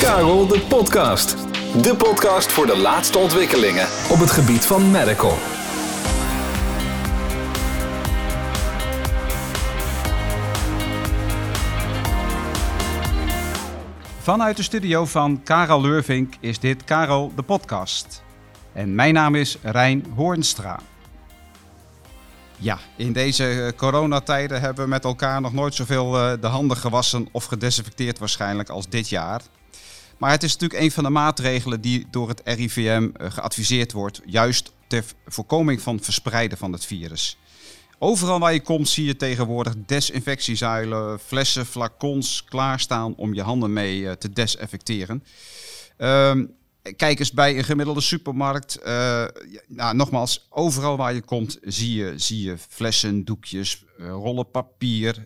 Karel de podcast. De podcast voor de laatste ontwikkelingen op het gebied van medical. Vanuit de studio van Karel Leurvink is dit Karel de podcast. En mijn naam is Rijn Hoornstra. Ja, in deze coronatijden hebben we met elkaar nog nooit zoveel de handen gewassen of gedesinfecteerd waarschijnlijk als dit jaar. Maar het is natuurlijk een van de maatregelen die door het RIVM geadviseerd wordt, juist ter voorkoming van het verspreiden van het virus. Overal waar je komt zie je tegenwoordig desinfectiezuilen, flessen, flacons klaarstaan om je handen mee te desinfecteren. Kijk eens bij een gemiddelde supermarkt. Nogmaals, overal waar je komt zie je flessen, doekjes, rollen papier.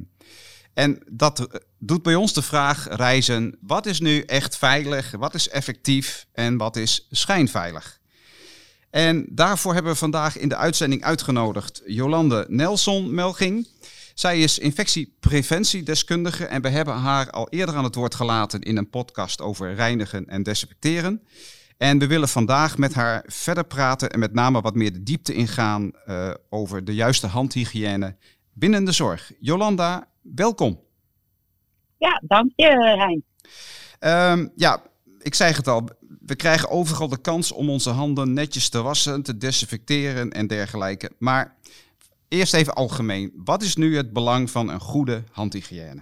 En dat doet bij ons de vraag rijzen, wat is nu echt veilig, wat is effectief en wat is schijnveilig? En daarvoor hebben we vandaag in de uitzending uitgenodigd Jolande Nelson-Melching. Zij is infectiepreventiedeskundige en we hebben haar al eerder aan het woord gelaten in een podcast over reinigen en desinfecteren. En we willen vandaag met haar verder praten en met name wat meer de diepte ingaan over de juiste handhygiëne binnen de zorg. Jolanda, welkom. Ja, dank je, Hein. Ik zei het al, we krijgen overal de kans om onze handen netjes te wassen, te desinfecteren en dergelijke. Maar eerst even algemeen, wat is nu het belang van een goede handhygiëne?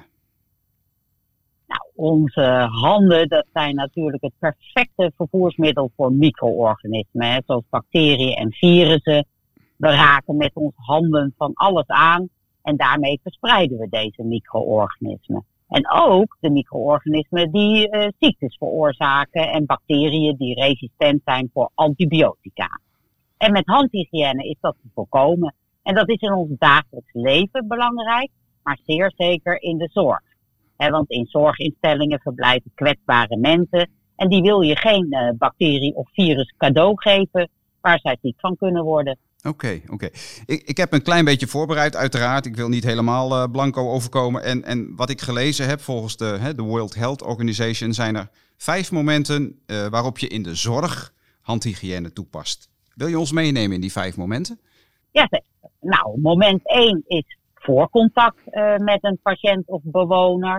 Nou, onze handen, dat zijn natuurlijk het perfecte vervoersmiddel voor micro-organismen, hè, zoals bacteriën en virussen. We raken met onze handen van alles aan en daarmee verspreiden we deze micro-organismen. En ook de micro-organismen die ziektes veroorzaken en bacteriën die resistent zijn voor antibiotica. En met handhygiëne is dat te voorkomen. En dat is in ons dagelijks leven belangrijk, maar zeer zeker in de zorg. Want in zorginstellingen verblijven kwetsbare mensen en die wil je geen bacterie of virus cadeau geven waar zij ziek van kunnen worden. Oké. Ik heb een klein beetje voorbereid, uiteraard. Ik wil niet helemaal blanco overkomen. En wat ik gelezen heb, volgens de World Health Organization zijn er 5 momenten waarop je in de zorg handhygiëne toepast. Wil je ons meenemen in die 5 momenten? Ja, nou, moment 1 is voorcontact met een patiënt of bewoner.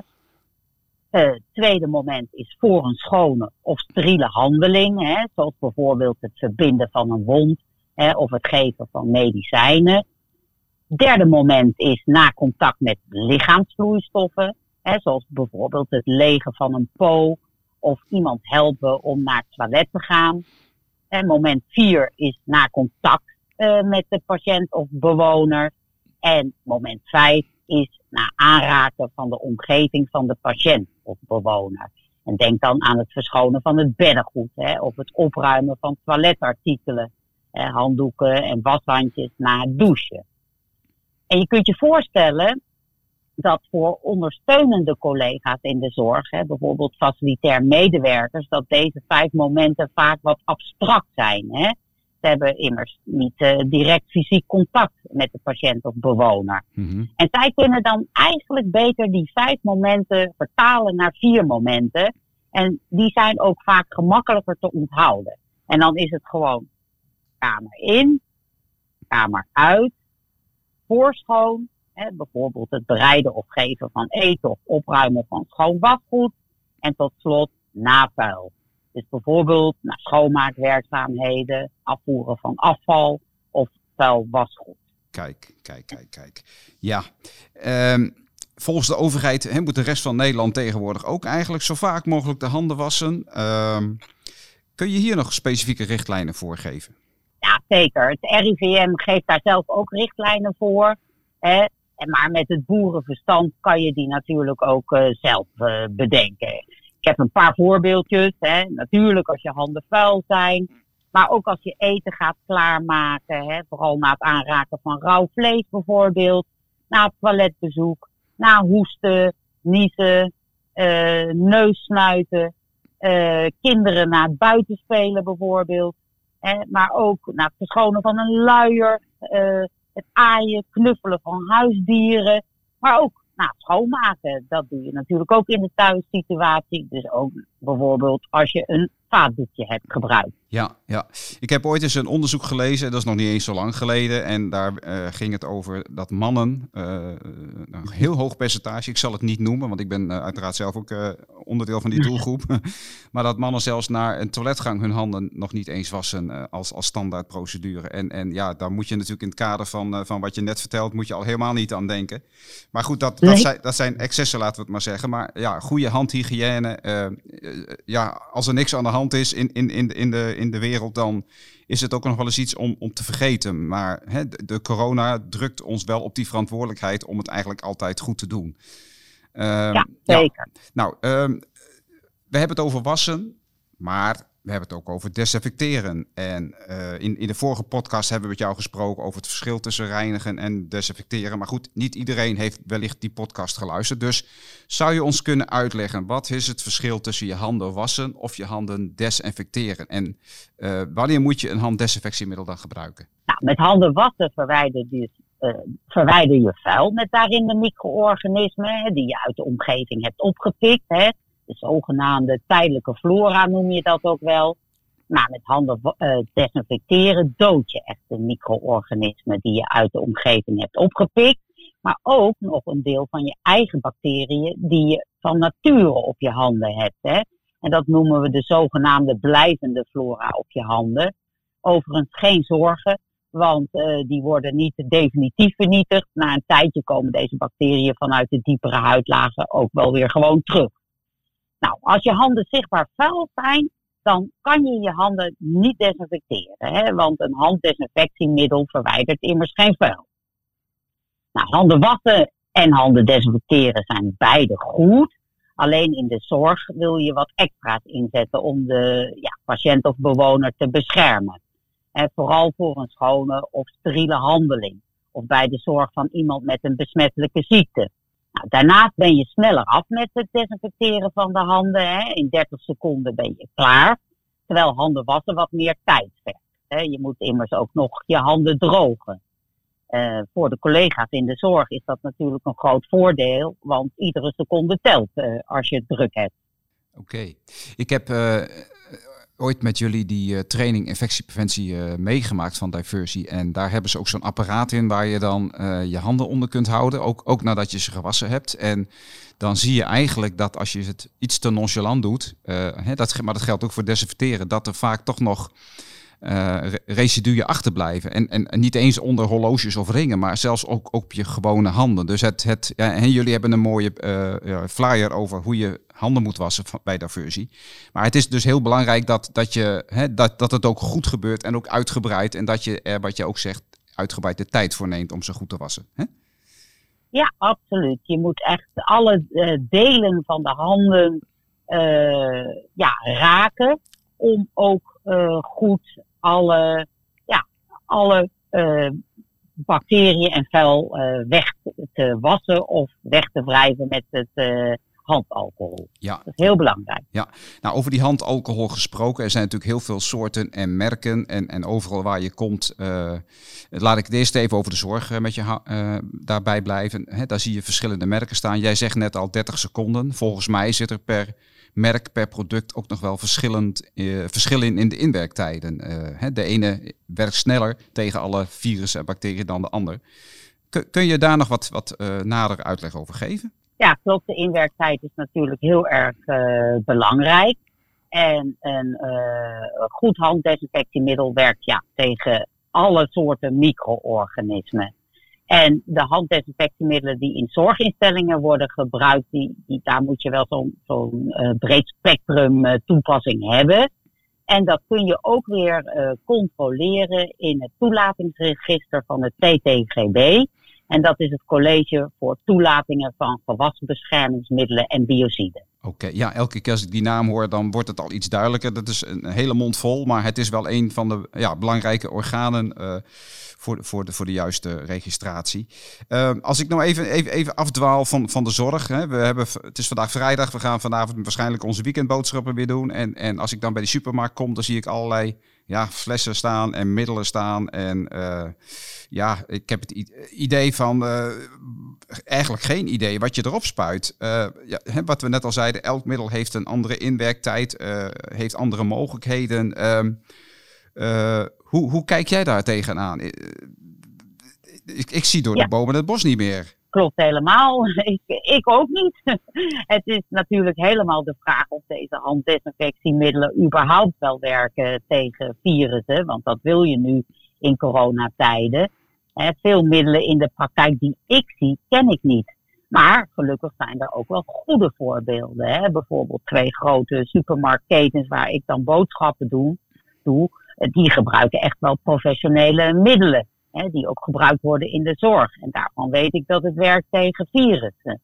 Tweede moment is voor een schone of steriele handeling, zoals bijvoorbeeld het verbinden van een wond of het geven van medicijnen. Derde moment is na contact met lichaamsvloeistoffen, zoals bijvoorbeeld het legen van een po of iemand helpen om naar het toilet te gaan. Moment 4 is na contact met de patiënt of bewoner. En moment 5 is na aanraken van de omgeving van de patiënt of bewoner. En denk dan aan het verschonen van het beddengoed of het opruimen van toiletartikelen, handdoeken en washandjes na het douchen. En je kunt je voorstellen dat voor ondersteunende collega's in de zorg, bijvoorbeeld facilitair medewerkers, dat deze 5 momenten vaak wat abstract zijn. Ze hebben immers niet direct fysiek contact met de patiënt of bewoner. Mm-hmm. En zij kunnen dan eigenlijk beter die 5 momenten vertalen naar 4 momenten. En die zijn ook vaak gemakkelijker te onthouden. En dan is het gewoon kamer in, kamer uit, voorschoon. Bijvoorbeeld het bereiden of geven van eten of opruimen van schoon wasgoed. En tot slot navuil. Dus bijvoorbeeld naar schoonmaakwerkzaamheden, afvoeren van afval of vuil wasgoed. Kijk. Ja, volgens de overheid moet de rest van Nederland tegenwoordig ook eigenlijk zo vaak mogelijk de handen wassen. Kun je hier nog specifieke richtlijnen voor geven? Ja, zeker. Het RIVM geeft daar zelf ook richtlijnen voor. Maar met het boerenverstand kan je die natuurlijk ook zelf bedenken. Ik heb een paar voorbeeldjes. Natuurlijk als je handen vuil zijn. Maar ook als je eten gaat klaarmaken. Vooral na het aanraken van rauw vlees bijvoorbeeld. Na het toiletbezoek. Na hoesten, niezen, neussnuiten. Kinderen na het buitenspelen bijvoorbeeld. Maar ook na het verschonen van een luier. Het aaien, knuffelen van huisdieren. Maar ook Nou, schoonmaken, dat doe je natuurlijk ook in de thuissituatie. Dus ook bijvoorbeeld als je een vaatdoekje hebt gebruikt. Ja. Ik heb ooit eens een onderzoek gelezen, dat is nog niet eens zo lang geleden. En daar ging het over dat mannen, een heel hoog percentage, ik zal het niet noemen, want ik ben uiteraard zelf ook onderdeel van die doelgroep. Maar dat mannen zelfs naar een toiletgang hun handen nog niet eens wassen als standaardprocedure. En ja, daar moet je natuurlijk in het kader van wat je net vertelt, moet je al helemaal niet aan denken. Maar goed, dat zijn excessen, laten we het maar zeggen. Maar ja, goede handhygiëne. Als er niks aan de hand is in de wereld, dan is het ook nog wel eens iets om te vergeten. Maar de corona drukt ons wel op die verantwoordelijkheid om het eigenlijk altijd goed te doen. Ja, zeker. Ja. Nou, we hebben het over wassen, maar we hebben het ook over desinfecteren. En in de vorige podcast hebben we met jou gesproken over het verschil tussen reinigen en desinfecteren. Maar goed, niet iedereen heeft wellicht die podcast geluisterd. Dus zou je ons kunnen uitleggen, wat is het verschil tussen je handen wassen of je handen desinfecteren? En wanneer moet je een handdesinfectiemiddel dan gebruiken? Nou, met handen wassen verwijder je vuil met daarin de micro-organismen die je uit de omgeving hebt opgepikt. De zogenaamde tijdelijke flora noem je dat ook wel. Maar met handen desinfecteren dood je echt de micro-organismen die je uit de omgeving hebt opgepikt. Maar ook nog een deel van je eigen bacteriën die je van nature op je handen hebt. En dat noemen we de zogenaamde blijvende flora op je handen. Overigens geen zorgen, want die worden niet definitief vernietigd. Na een tijdje komen deze bacteriën vanuit de diepere huidlagen ook wel weer gewoon terug. Nou, als je handen zichtbaar vuil zijn, dan kan je je handen niet desinfecteren. Want een handdesinfectiemiddel verwijdert immers geen vuil. Nou, handen wassen en handen desinfecteren zijn beide goed. Alleen in de zorg wil je wat extra's inzetten om de patiënt of bewoner te beschermen. Vooral voor een schone of steriele handeling. Of bij de zorg van iemand met een besmettelijke ziekte. Nou, daarnaast ben je sneller af met het desinfecteren van de handen. In 30 seconden ben je klaar. Terwijl handen wassen wat meer tijd vergt. Je moet immers ook nog je handen drogen. Voor de collega's in de zorg is dat natuurlijk een groot voordeel. Want iedere seconde telt als je het druk hebt. Oké. Ik heb ooit met jullie die training infectiepreventie meegemaakt van Diversie. En daar hebben ze ook zo'n apparaat in waar je dan je handen onder kunt houden. Ook nadat je ze gewassen hebt. En dan zie je eigenlijk dat als je het iets te nonchalant doet, maar dat geldt ook voor desinfecteren, dat er vaak toch nog residuen achterblijven. En niet eens onder horloges of ringen, maar zelfs ook op je gewone handen. Dus jullie hebben een mooie flyer over hoe je handen moet wassen bij Diversie. Maar het is dus heel belangrijk dat het ook goed gebeurt en ook uitgebreid. En dat je er, wat je ook zegt, uitgebreid de tijd voor neemt om ze goed te wassen. Hè? Ja, absoluut. Je moet echt alle delen van de handen raken om ook goed alle bacteriën en vuil weg te wassen of weg te wrijven met het handalcohol. Ja. Dat is heel belangrijk. Ja, nou over die handalcohol gesproken, er zijn natuurlijk heel veel soorten en merken en overal waar je komt, laat ik het eerst even over de zorg met je daarbij blijven. Daar zie je verschillende merken staan. Jij zegt net al 30 seconden. Volgens mij zit er per merk, per product ook nog wel verschillen in de inwerktijden. De ene werkt sneller tegen alle virussen en bacteriën dan de ander. Kun je daar nog wat nader uitleg over geven? Ja, klopt. De inwerktijd is natuurlijk heel erg belangrijk. En een goed handdesinfectiemiddel werkt tegen alle soorten micro-organismen. En de handdesinfectiemiddelen die in zorginstellingen worden gebruikt, daar moet je wel zo'n breed spectrum toepassing hebben. En dat kun je ook weer controleren in het toelatingsregister van het TTGB. En dat is het College voor Toelatingen van Gewasbeschermingsmiddelen en Biociden. Oké, ja, elke keer als ik die naam hoor, dan wordt het al iets duidelijker. Dat is een hele mond vol, maar het is wel een van de belangrijke organen voor de juiste registratie. Als ik nou even afdwaal van de zorg. Hè. Het is vandaag vrijdag, we gaan vanavond waarschijnlijk onze weekendboodschappen weer doen. En als ik dan bij de supermarkt kom, dan zie ik allerlei flessen staan en middelen staan. En ik heb het idee van eigenlijk geen idee wat je erop spuit. Wat we net al zeiden, elk middel heeft een andere inwerktijd, heeft andere mogelijkheden. Hoe kijk jij daar tegenaan? Ik zie door de bomen het bos niet meer. Klopt helemaal. Ik ook niet. Het is natuurlijk helemaal de vraag of deze handdesinfectiemiddelen überhaupt wel werken tegen virussen. Want dat wil je nu in coronatijden. Veel middelen in de praktijk die ik zie, ken ik niet. Maar gelukkig zijn er ook wel goede voorbeelden. Bijvoorbeeld 2 grote supermarktketens waar ik dan boodschappen doe. Die gebruiken echt wel professionele middelen. Die ook gebruikt worden in de zorg. En daarvan weet ik dat het werkt tegen virussen.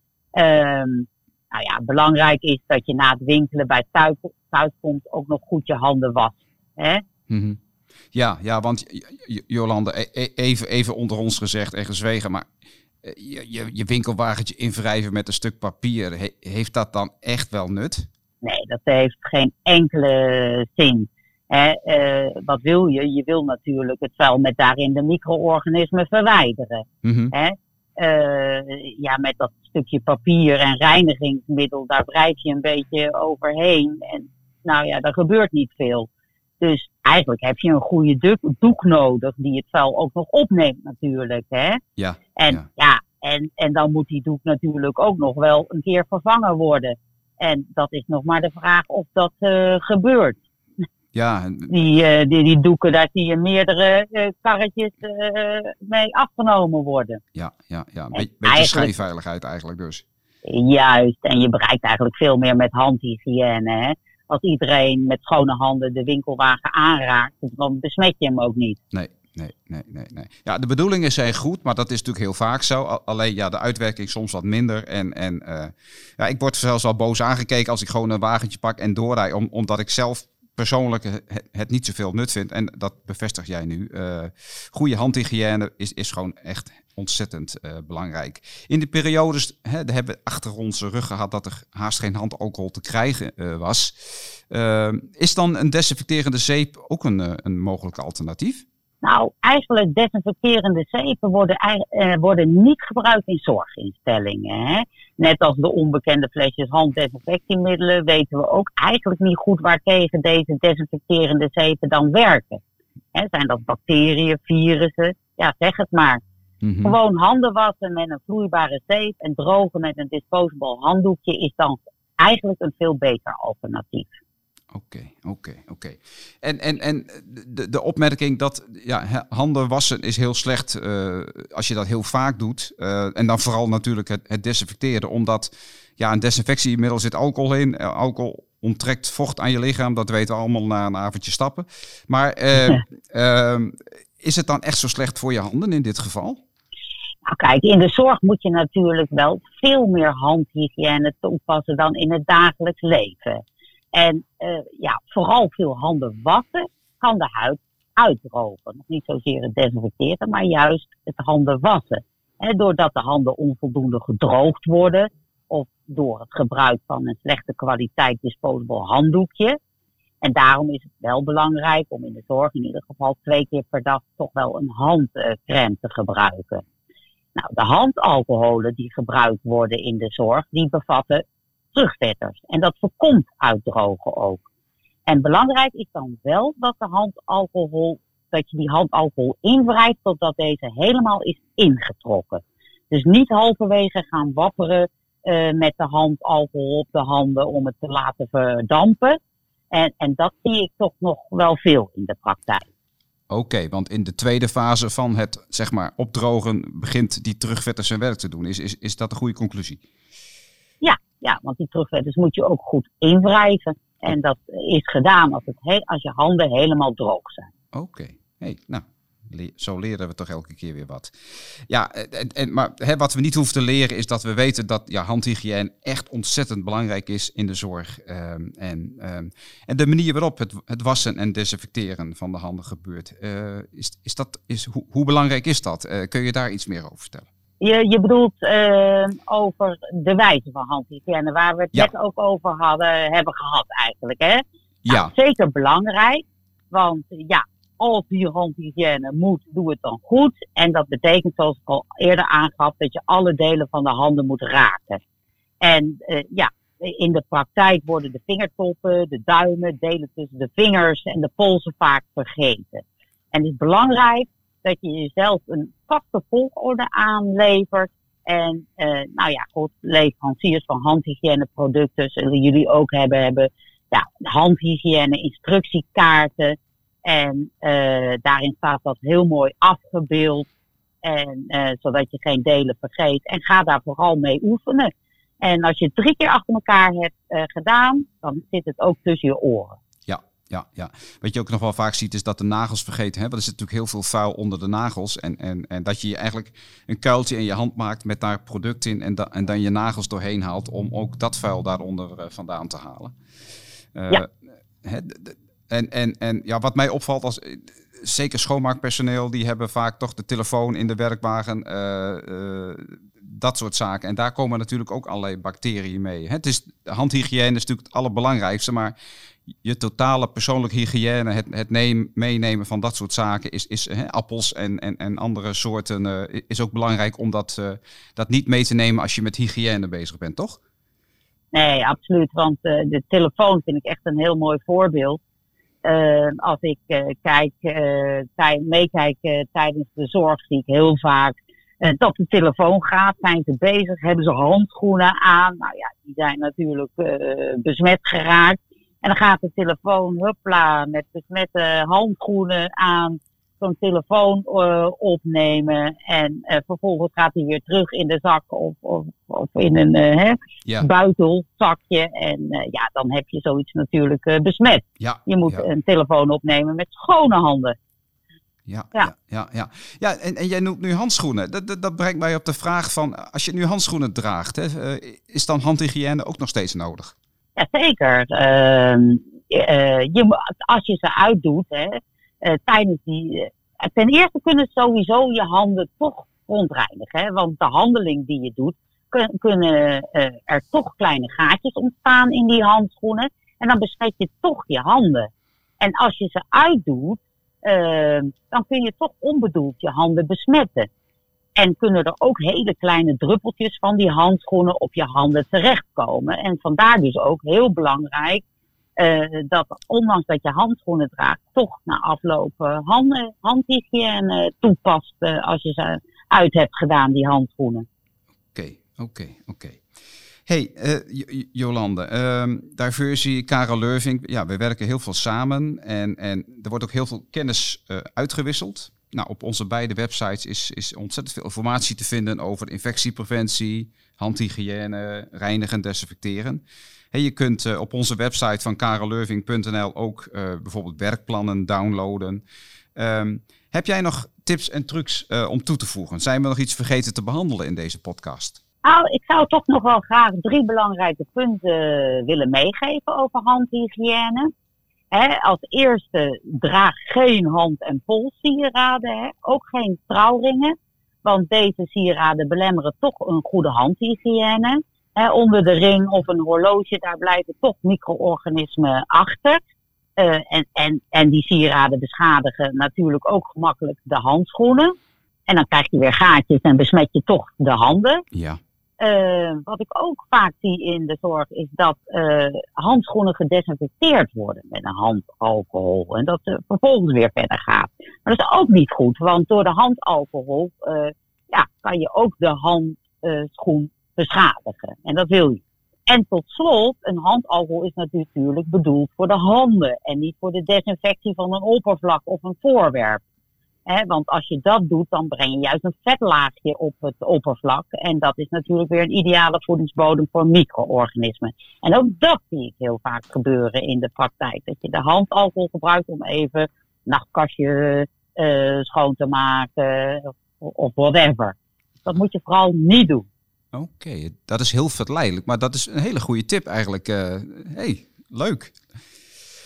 Belangrijk is dat je na het winkelen bij thuiskomst ook nog goed je handen wast. Mm-hmm. Ja, want Jolande, even onder ons gezegd en gezwegen, maar je winkelwagentje invrijven met een stuk papier, heeft dat dan echt wel nut? Nee, dat heeft geen enkele zin. Wat wil je? Je wil natuurlijk het vuil met daarin de micro-organismen verwijderen. Mm-hmm. Met dat stukje papier en reinigingsmiddel, daar wrijf je een beetje overheen. En daar gebeurt niet veel. Dus eigenlijk heb je een goede doek nodig die het vuil ook nog opneemt natuurlijk. Ja. En dan moet die doek natuurlijk ook nog wel een keer vervangen worden. En dat is nog maar de vraag of dat gebeurt. Ja. Die doeken, daar zie je meerdere karretjes mee afgenomen worden. Ja. Een beetje schijnveiligheid eigenlijk dus. Juist, en je bereikt eigenlijk veel meer met handhygiëne. Als iedereen met schone handen de winkelwagen aanraakt, dan besmet je hem ook niet. Nee. Ja, de bedoelingen zijn goed, maar dat is natuurlijk heel vaak zo. Alleen de uitwerking soms wat minder. En ik word zelfs wel boos aangekeken als ik gewoon een wagentje pak en doorrij, omdat ik zelf persoonlijk het niet zoveel nut vind. En dat bevestig jij nu. Goede handhygiëne is gewoon echt ontzettend belangrijk. In de periodes hebben we achter onze rug gehad dat er haast geen handalcohol te krijgen was. Is dan een desinfecterende zeep ook een mogelijk alternatief? Nou, eigenlijk desinfecterende zeepen worden niet gebruikt in zorginstellingen. Net als de onbekende flesjes handdesinfectiemiddelen weten we ook eigenlijk niet goed waartegen deze desinfecterende zeepen dan werken. Zijn dat bacteriën, virussen? Ja, zeg het maar. Mm-hmm. Gewoon handen wassen met een vloeibare zeep en drogen met een disposable handdoekje is dan eigenlijk een veel beter alternatief. Oké. En de opmerking dat handen wassen is heel slecht als je dat heel vaak doet. En dan vooral natuurlijk het desinfecteren. Omdat een desinfectiemiddel zit alcohol in. Alcohol onttrekt vocht aan je lichaam. Dat weten we allemaal na een avondje stappen. Maar is het dan echt zo slecht voor je handen in dit geval? Nou kijk, in de zorg moet je natuurlijk wel veel meer handhygiëne toepassen dan in het dagelijks leven. En vooral veel handen wassen kan de huid uitdrogen. Nog niet zozeer het desinfecteren, maar juist het handen wassen. Doordat de handen onvoldoende gedroogd worden of door het gebruik van een slechte kwaliteit disposable handdoekje. En daarom is het wel belangrijk om in de zorg in ieder geval 2 keer per dag toch wel een handcrème te gebruiken. Nou, de handalcoholen die gebruikt worden in de zorg, die bevatten terugvetters. En dat voorkomt uitdrogen ook. En belangrijk is dan wel dat je die handalcohol invrijft totdat deze helemaal is ingetrokken. Dus niet halverwege gaan wapperen met de handalcohol op de handen om het te laten verdampen. En dat zie ik toch nog wel veel in de praktijk. Oké, want in de tweede fase van het opdrogen begint die terugvetter zijn werk te doen. Is dat een goede conclusie? Ja, want die terugvetters moet je ook goed invrijven. En dat is gedaan als je handen helemaal droog zijn. Oké. Zo leren we toch elke keer weer wat. Ja, maar wat we niet hoeven te leren is dat we weten dat handhygiëne echt ontzettend belangrijk is in de zorg. En de manier waarop het wassen en desinfecteren van de handen gebeurt. Hoe belangrijk is dat? Kun je daar iets meer over vertellen? Je bedoelt over de wijze van handhygiëne, waar we het net ook over hebben gehad eigenlijk, hè? Ja. Zeker belangrijk. Want als je handhygiëne moet, doe het dan goed. En dat betekent, zoals ik al eerder aangaf, dat je alle delen van de handen moet raken. En in de praktijk worden de vingertoppen, de duimen, delen tussen de vingers en de polsen vaak vergeten. En het is belangrijk dat je jezelf een vaste volgorde aanlevert. En leveranciers van handhygiëneproducten zullen jullie ook hebben handhygiëne instructiekaarten. En daarin staat dat heel mooi afgebeeld. En zodat je geen delen vergeet. En ga daar vooral mee oefenen. En als je het 3 keer achter elkaar hebt gedaan, dan zit het ook tussen je oren. Ja. Wat je ook nog wel vaak ziet is dat de nagels vergeten. Want er zit natuurlijk heel veel vuil onder de nagels. En dat je eigenlijk een kuiltje in je hand maakt met daar product in. En dan je nagels doorheen haalt om ook dat vuil daaronder vandaan te halen. Wat mij opvalt als zeker schoonmaakpersoneel, die hebben vaak toch de telefoon in de werkwagen, dat soort zaken. En daar komen natuurlijk ook allerlei bacteriën mee. De handhygiëne is natuurlijk het allerbelangrijkste, maar je totale persoonlijke hygiëne, het meenemen van dat soort zaken is appels en andere soorten is ook belangrijk om dat niet mee te nemen als je met hygiëne bezig bent, toch? Nee, absoluut. Want de telefoon vind ik echt een heel mooi voorbeeld. Als ik meekijk tijdens de zorg, zie ik heel vaak dat de telefoon gaat. Zijn ze bezig? Hebben ze handschoenen aan? Nou ja, die zijn natuurlijk besmet geraakt. En dan gaat de telefoon, huppla, met besmette handschoenen aan, zo'n telefoon opnemen. En vervolgens gaat hij weer terug in de zak of in een buitelzakje. En dan heb je zoiets natuurlijk besmet. Ja, je moet een telefoon opnemen met schone handen. Ja, en jij noemt nu handschoenen. Dat brengt mij op de vraag van, als je nu handschoenen draagt, is dan handhygiëne ook nog steeds nodig? Ja, zeker. Als je ze uitdoet, tijdens die... ten eerste kunnen sowieso je handen toch verontreinigen. Want de handeling die je doet, kunnen er toch kleine gaatjes ontstaan in die handschoenen. En dan besmet je toch je handen. En als je ze uitdoet, dan kun je toch onbedoeld je handen besmetten. En kunnen er ook hele kleine druppeltjes van die handschoenen op je handen terechtkomen. En vandaar dus ook heel belangrijk dat ondanks dat je handschoenen draagt, toch na afloop handhygiëne toepast als je ze uit hebt gedaan, die handschoenen. Oké. Hey, Jolande, Diversie, Karel Leurvink, we werken heel veel samen en er wordt ook heel veel kennis uitgewisseld. Nou, op onze beide websites is ontzettend veel informatie te vinden over infectiepreventie, handhygiëne, reinigen, desinfecteren. Je kunt op onze website van karelleurvink.nl ook bijvoorbeeld werkplannen downloaden. Heb jij nog tips en trucs om toe te voegen? Zijn we nog iets vergeten te behandelen in deze podcast? Nou, ik zou toch nog wel graag 3 belangrijke punten willen meegeven over handhygiëne. Als eerste, draag geen hand- en polssieraden. Ook geen trouwringen. Want deze sieraden belemmeren toch een goede handhygiëne. Onder de ring of een horloge, daar blijven toch micro-organismen achter. En die sieraden beschadigen natuurlijk ook gemakkelijk de handschoenen. En dan krijg je weer gaatjes en besmet je toch de handen. Ja. Wat ik ook vaak zie in de zorg is dat handschoenen gedesinfecteerd worden met een handalcohol. En dat vervolgens weer verder gaat. Maar dat is ook niet goed, want door de handalcohol kan je ook de handschoen beschadigen. En dat wil je. En tot slot, een handalcohol is natuurlijk bedoeld voor de handen en niet voor de desinfectie van een oppervlak of een voorwerp. Want als je dat doet, dan breng je juist een vetlaagje op het oppervlak. En dat is natuurlijk weer een ideale voedingsbodem voor micro-organismen. En ook dat zie ik heel vaak gebeuren in de praktijk. Dat je de handalcohol gebruikt om even nachtkastje schoon te maken of whatever. Dat moet je vooral niet doen. Oké, dat is heel verleidelijk. Maar dat is een hele goede tip eigenlijk. Leuk.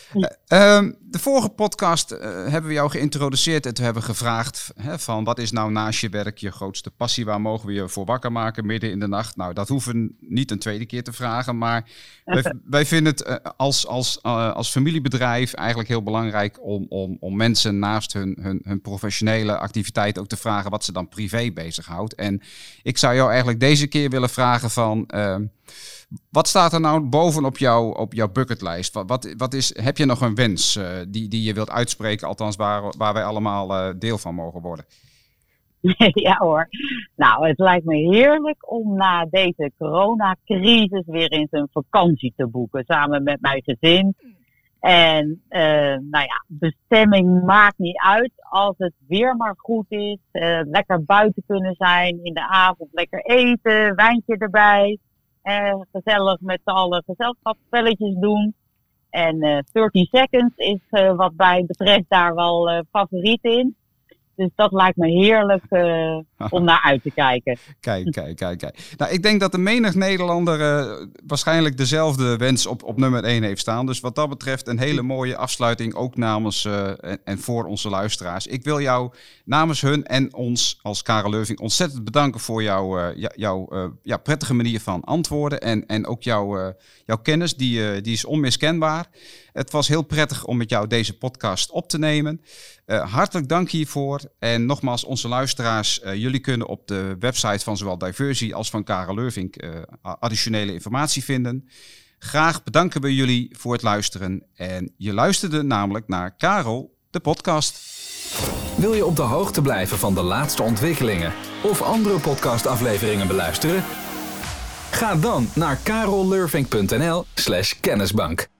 De vorige podcast hebben we jou geïntroduceerd en toen hebben we gevraagd van wat is nou naast je werk je grootste passie? Waar mogen we je voor wakker maken midden in de nacht? Nou, dat hoeven we niet een tweede keer te vragen, maar wij vinden het als familiebedrijf eigenlijk heel belangrijk om mensen naast hun professionele activiteit ook te vragen wat ze dan privé bezighoudt. En ik zou jou eigenlijk deze keer willen vragen van... wat staat er nou bovenop jouw bucketlijst? Heb je nog een wens die je wilt uitspreken, althans waar wij allemaal deel van mogen worden? Ja hoor. Nou, het lijkt me heerlijk om na deze coronacrisis weer eens een vakantie te boeken, samen met mijn gezin. En bestemming maakt niet uit als het weer maar goed is. Lekker buiten kunnen zijn, in de avond lekker eten, wijntje erbij. Gezellig met z'n allen gezelschapsspelletjes doen. En 30 Seconds is wat mij betreft daar wel favoriet in. Dus dat lijkt me heerlijk om naar uit te kijken. Kijk. Nou, ik denk dat de menig Nederlander waarschijnlijk dezelfde wens op nummer 1 heeft staan. Dus wat dat betreft een hele mooie afsluiting ook namens en voor onze luisteraars. Ik wil jou namens hun en ons als Karel Leurvink ontzettend bedanken voor jouw prettige manier van antwoorden. En ook jouw kennis, die is onmiskenbaar. Het was heel prettig om met jou deze podcast op te nemen. Hartelijk dank hiervoor. En nogmaals, onze luisteraars, jullie kunnen op de website van zowel Diversie als van Karel Leurvink additionele informatie vinden. Graag bedanken we jullie voor het luisteren. En je luisterde namelijk naar Karel, de podcast. Wil je op de hoogte blijven van de laatste ontwikkelingen of andere podcastafleveringen beluisteren? Ga dan naar karelleurvink.nl/kennisbank.